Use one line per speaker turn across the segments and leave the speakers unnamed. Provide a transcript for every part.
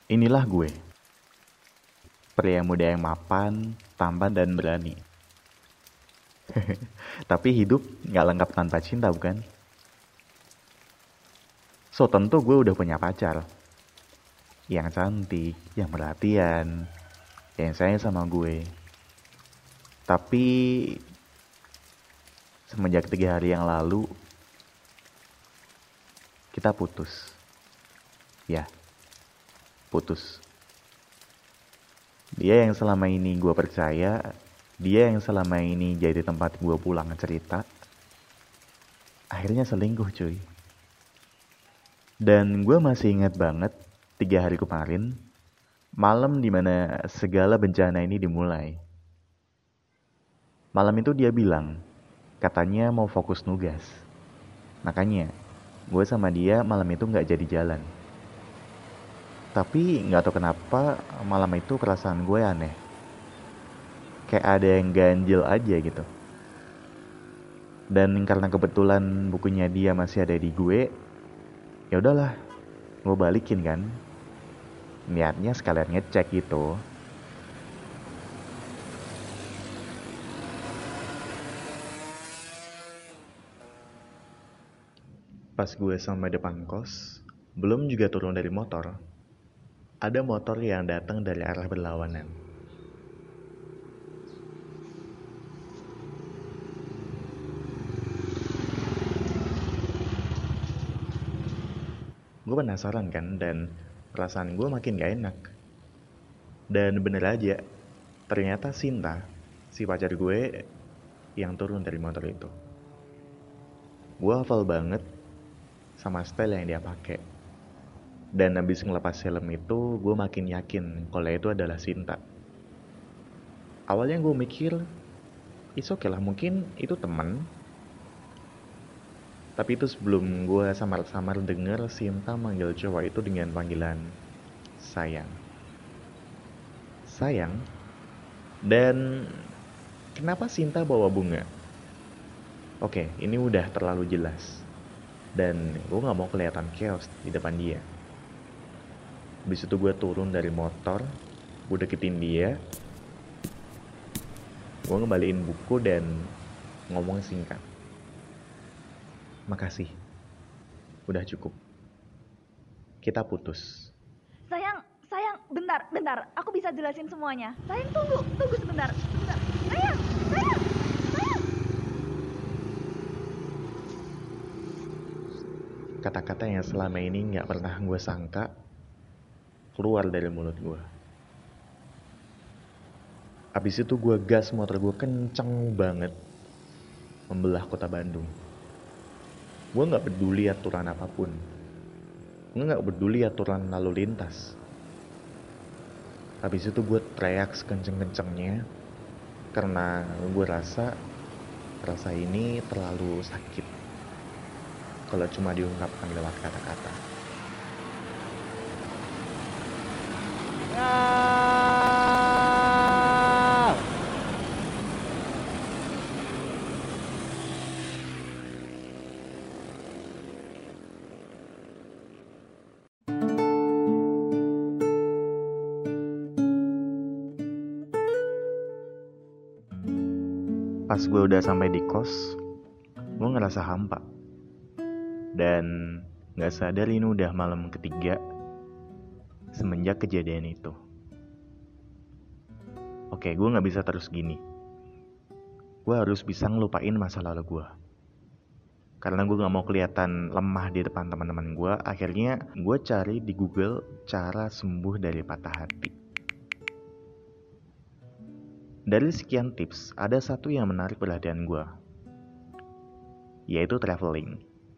Inilah gue, pria muda yang mapan, tampan dan berani. Tapi hidup nggak lengkap tanpa cinta, bukan? So, tentu gue udah punya pacar. Yang cantik, yang perhatian, yang sayang sama gue. Tapi, semenjak 3 hari yang lalu, kita putus. Ya, putus. Dia yang selama ini gue percaya, dia yang selama ini jadi tempat gue pulang cerita, akhirnya selingkuh cuy. Dan gue masih ingat banget 3 hari kemarin, malam dimana segala bencana ini dimulai. Malam itu dia bilang, katanya mau fokus nugas. Makanya, gue sama dia malam itu gak jadi jalan. Tapi gak tahu kenapa malam itu perasaan gue aneh. Kayak ada yang ganjil aja gitu. Dan karena kebetulan bukunya dia masih ada di gue, ya udahlah, gue balikin kan. Niatnya sekalian ngecek gitu. Pas gue sampai depan kos, belum juga turun dari motor, ada motor yang datang dari arah berlawanan. Gue penasaran kan, dan perasaan gue makin gak enak. Dan bener aja, ternyata Sinta, si pacar gue, yang turun dari motor itu. Gue hafal banget sama style yang dia pakai. Dan abis ngelepas helm itu, gue makin yakin kalau itu adalah Sinta. Awalnya gue mikir, it's okay lah, mungkin itu teman. Tapi itu sebelum gue samar-samar denger Sinta manggil cowok itu dengan panggilan sayang. Sayang? Dan kenapa Sinta bawa bunga? Oke, ini udah terlalu jelas. Dan gue gak mau kelihatan chaos di depan dia. Habis itu gue turun dari motor, gue deketin dia, gue ngembaliin buku dan ngomong singkat. Makasih, udah cukup. Kita putus.
Sayang, bentar. Aku bisa jelasin semuanya. Sayang, tunggu sebentar. Sayang.
Kata-kata yang selama ini gak pernah gue sangka keluar dari mulut gue. Abis itu gue gas motor gue kenceng banget, membelah kota Bandung. Gue gak peduli aturan apapun. Gue gak peduli aturan lalu lintas. Habis itu gue teriak sekenceng-kencengnya karena gue rasa ini terlalu sakit kalau cuma diungkapkan lewat kata-kata. Pas gue udah sampai di kos, gue ngerasa hampa. Dan gak sadar ini udah malam ketiga semenjak kejadian itu. Oke, gue gak bisa terus gini. Gue harus bisa ngelupain masa lalu gue. Karena gue gak mau kelihatan lemah di depan teman-teman gue, akhirnya gue cari di Google cara sembuh dari patah hati. Dari sekian tips, ada satu yang menarik perhatian gue, yaitu traveling.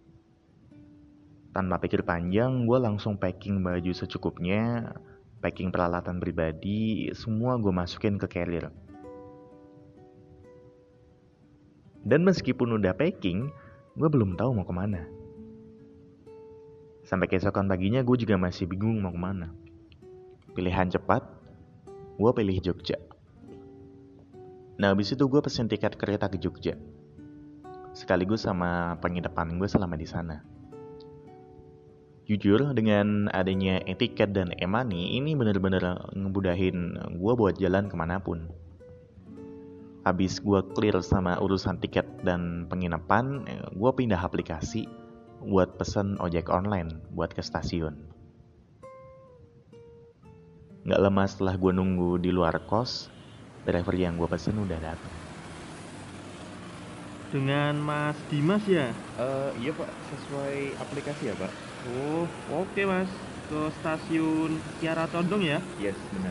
Tanpa pikir panjang, gue langsung packing baju secukupnya, packing peralatan pribadi, semua gue masukin ke carrier. Dan meskipun udah packing, gue belum tahu mau kemana. Sampai keesokan paginya gue juga masih bingung mau kemana. Pilihan cepat, gue pilih Jogja. Nah habis itu gue pesen tiket kereta ke Jogja, sekaligus sama penginapan gue selama di sana. Jujur, dengan adanya etiket dan e-money, ini bener-bener ngemudahin gue buat jalan kemanapun. Habis gue clear sama urusan tiket dan penginapan, gue pindah aplikasi buat pesen ojek online buat ke stasiun. Gak lama setelah gue nunggu di luar kos, driver yang gue pesen udah datang.
Dengan Mas Dimas ya?
Iya pak, sesuai aplikasi ya pak?
Oh, oke Mas. Ke stasiun Kiara Condong ya?
Yes, benar.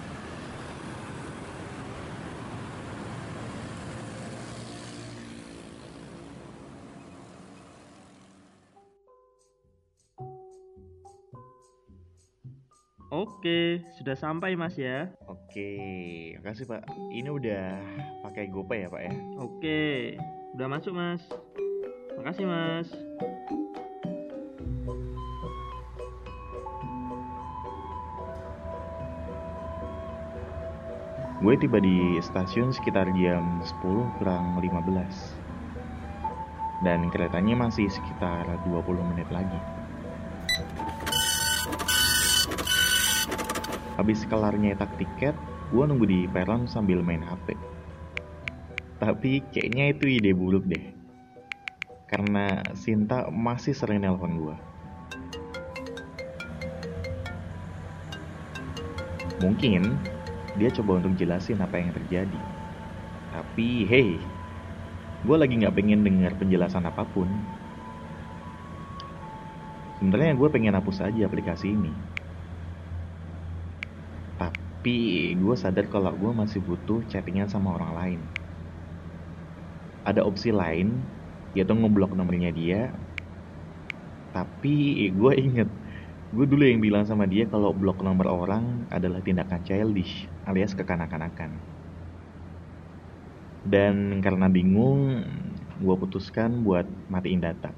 Oke, sudah sampai Mas ya.
Oke, makasih pak. Ini udah pakai GoPay ya pak ya?
Oke, udah masuk Mas. Makasih Mas.
Gue tiba di stasiun sekitar jam 10 kurang 15. Dan keretanya masih sekitar 20 menit lagi. Habis kelar nyetak tiket, gue nunggu di peron sambil main HP. Tapi kayaknya itu ide buruk deh. Karena Sinta masih sering nelpon gue. Mungkin dia coba untuk jelasin apa yang terjadi. Tapi hey, gue lagi gak pengen dengar penjelasan apapun. Sebenarnya gue pengen hapus aja aplikasi ini. Tapi gue sadar kalau gue masih butuh chattingan sama orang lain. Ada opsi lain, yaitu ngeblok nomornya dia. Tapi gue inget, gue dulu yang bilang sama dia kalau blok nomor orang adalah tindakan childish, alias kekanak-kanakan. Dan karena bingung, gue putuskan buat matiin data.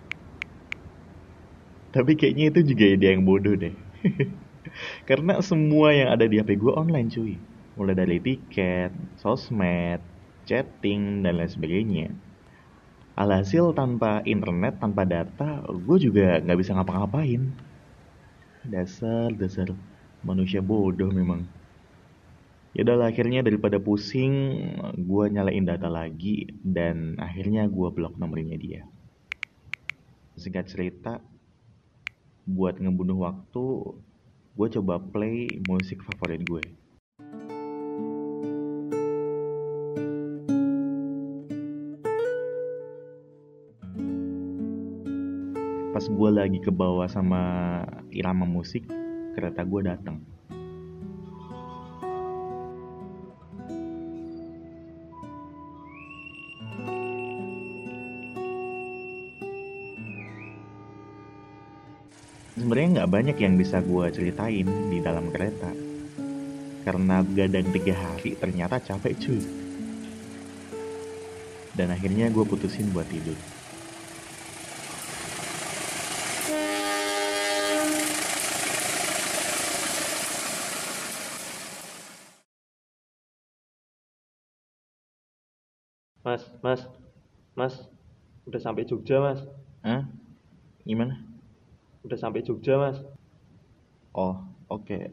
Tapi kayaknya itu juga ide yang bodoh deh. Karena semua yang ada di HP gue online cuy. Mulai dari tiket, sosmed, chatting, dan lain sebagainya. Alhasil tanpa internet, tanpa data, gue juga gak bisa ngapa-ngapain. Dasar manusia bodoh memang. Yaudah akhirnya daripada pusing, gue nyalain data lagi dan akhirnya gue blok nomornya dia. Singkat cerita, buat ngebunuh waktu, gue coba play musik favorit gue. Pas gue lagi ke bawah sama irama musik, kereta gue datang. Sebenarnya nggak banyak yang bisa gue ceritain di dalam kereta. Karena begadang 3 hari ternyata capek cuy. Dan akhirnya gue putusin buat tidur.
Mas, udah sampai Jogja Mas.
Hah? Gimana?
Udah sampai Jogja Mas.
Oh, oke.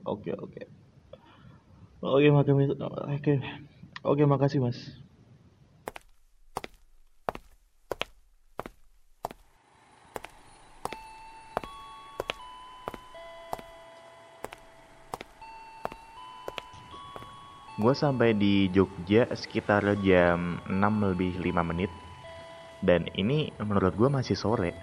Oke, makasih Mas. Gue sampai di Jogja sekitar jam 6 lebih 5 menit. Dan ini menurut gue masih sore.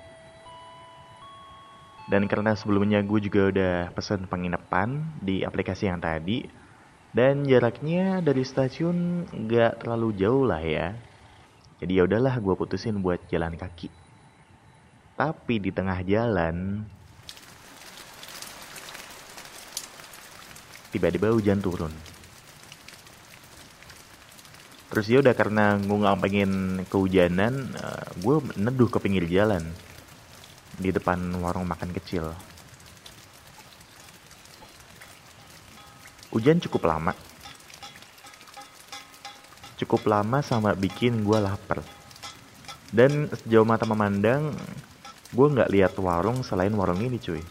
Dan karena sebelumnya gue juga udah pesen penginapan di aplikasi yang tadi. Dan jaraknya dari stasiun gak terlalu jauh lah ya. Jadi ya udahlah gue putusin buat jalan kaki. Tapi di tengah jalan tiba-tiba hujan turun. Terus ya udah karena gue gak pengen kehujanan, gue neduh ke pinggir jalan di depan warung makan kecil. Hujan cukup lama sama bikin gue lapar. Dan sejauh mata memandang, gue nggak lihat warung selain warung ini cuy.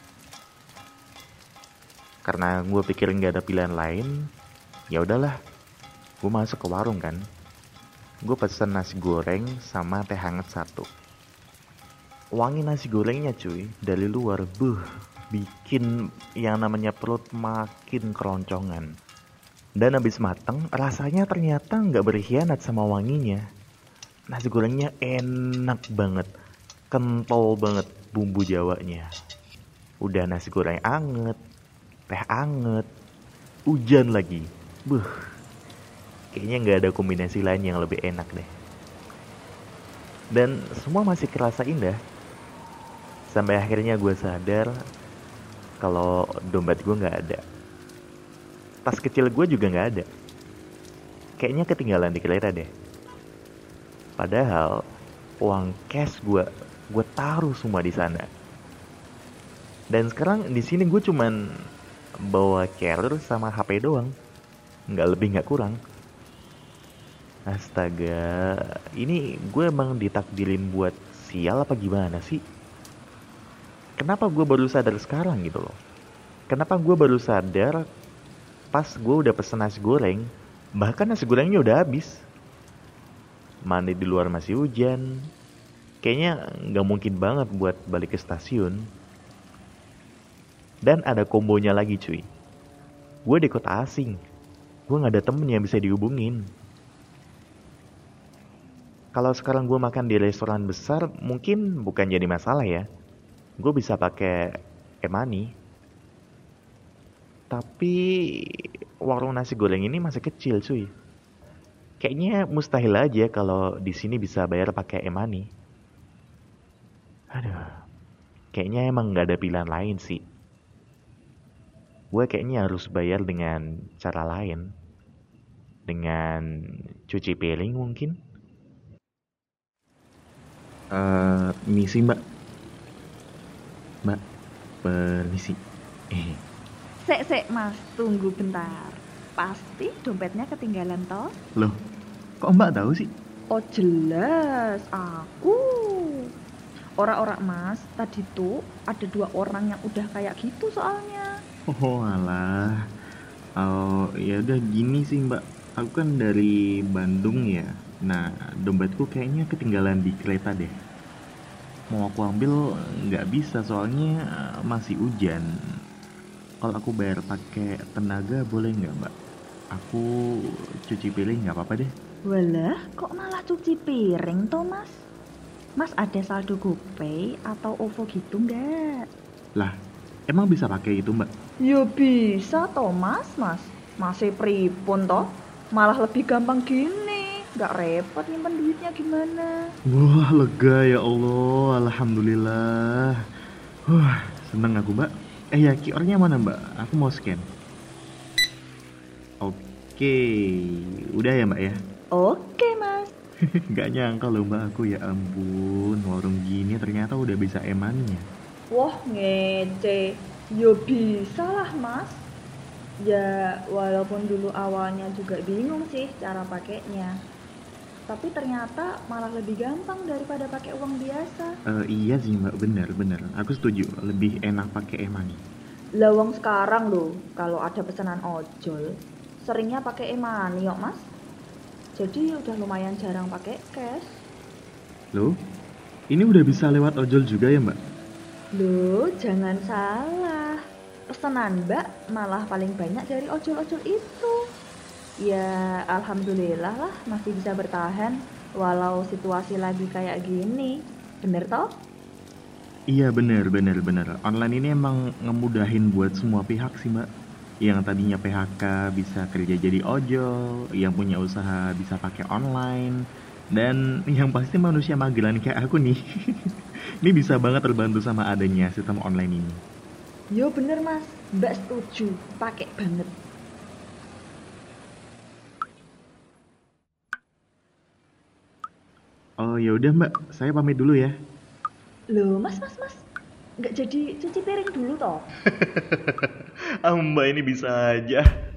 Karena gue pikir nggak ada pilihan lain, ya udahlah, gue masuk ke warung kan. Gue pesen nasi goreng sama teh hangat satu. Wangi nasi gorengnya cuy, dari luar, bikin yang namanya perut makin keroncongan. Dan habis mateng, rasanya ternyata nggak berkhianat sama wanginya. Nasi gorengnya enak banget, kental banget bumbu Jawanya. Udah nasi goreng anget, teh anget, hujan lagi. Kayaknya nggak ada kombinasi lain yang lebih enak deh. Dan semua masih kerasa indah. Sampai akhirnya gue sadar kalau dompet gue nggak ada. Tas kecil gue juga nggak ada. Kayaknya ketinggalan di kereta deh. Padahal uang cash gue taruh semua di sana. Dan sekarang di sini gue cuman bawa carrier sama HP doang, nggak lebih nggak kurang. Astaga, ini gue emang ditakdirin buat sial apa gimana sih? Kenapa gue baru sadar sekarang gitu loh? Kenapa gue baru sadar pas gue udah pesen nasi goreng, bahkan nasi gorengnya udah habis. Mandi di luar masih hujan. Kayaknya nggak mungkin banget buat balik ke stasiun. Dan ada kombonya lagi cuy. Gue di kota asing. Gue nggak ada temen yang bisa dihubungin. Kalau sekarang gue makan di restoran besar, mungkin bukan jadi masalah ya. Gue bisa pakai e-money. Tapi warung nasi goreng ini masih kecil cuy. Kayaknya mustahil aja kalau di sini bisa bayar pakai e-money. Aduh, kayaknya emang nggak ada pilihan lain sih. Gue kayaknya harus bayar dengan cara lain. Dengan cuci piring mungkin. Misi mbak. Mbak, permisi.
Sek, Mas, tunggu bentar. Pasti dompetnya ketinggalan toh?
Loh, kok mbak tahu sih?
Oh jelas, aku. Ora-ora Mas, tadi tuh ada 2 orang yang udah kayak gitu soalnya.
Oh alah. Oh ya udah gini sih mbak. Aku kan dari Bandung ya. Nah, dompetku kayaknya ketinggalan di kereta deh. Mau aku ambil nggak bisa soalnya masih hujan. Kalau aku bayar pakai tenaga boleh nggak mbak? Aku cuci piring nggak apa-apa deh.
Walah, kok malah cuci piring toh Mas? Mas ada saldo GoPay atau OVO gitu nggak?
Lah, emang bisa pakai itu mbak?
Ya bisa toh Mas. Masih pripun toh? Malah lebih gampang gini. Nggak repot nyimpen duitnya gimana?
Wah lega ya Allah, alhamdulillah. Seneng aku mbak. Ya QR-nya mana mbak? Aku mau scan. Oke, udah ya mbak ya?
Oke Mas.
Gak nyangka loh mbak, aku ya ampun, warung gini ternyata udah bisa e-money ya.
Wah ngece. Ya bisa lah Mas. Ya walaupun dulu awalnya juga bingung sih cara pakainya. Tapi ternyata malah lebih gampang daripada pakai uang biasa.
Iya sih mbak, bener. Aku setuju, lebih enak pakai e-money.
Lawang sekarang loh, kalau ada pesanan ojol, seringnya pakai e-money yuk Mas. Jadi udah lumayan jarang pakai cash.
Loh, ini udah bisa lewat ojol juga ya mbak?
Loh, jangan salah. Pesanan Mbak malah paling banyak dari ojol-ojol itu. Ya, alhamdulillah lah masih bisa bertahan walau situasi lagi kayak gini. Bener toh?
Iya bener. Online ini emang ngemudahin buat semua pihak sih mbak. Yang tadinya PHK bisa kerja jadi ojol, yang punya usaha bisa pakai online, dan yang pasti manusia magelan kayak aku nih. Ini bisa banget terbantu sama adanya sistem online ini.
Yo bener Mas, Mbak setuju, pakai banget.
Oh ya udah mbak, saya pamit dulu ya.
Loh, Mas, nggak jadi cuci piring dulu toh?
Mbak ini bisa aja.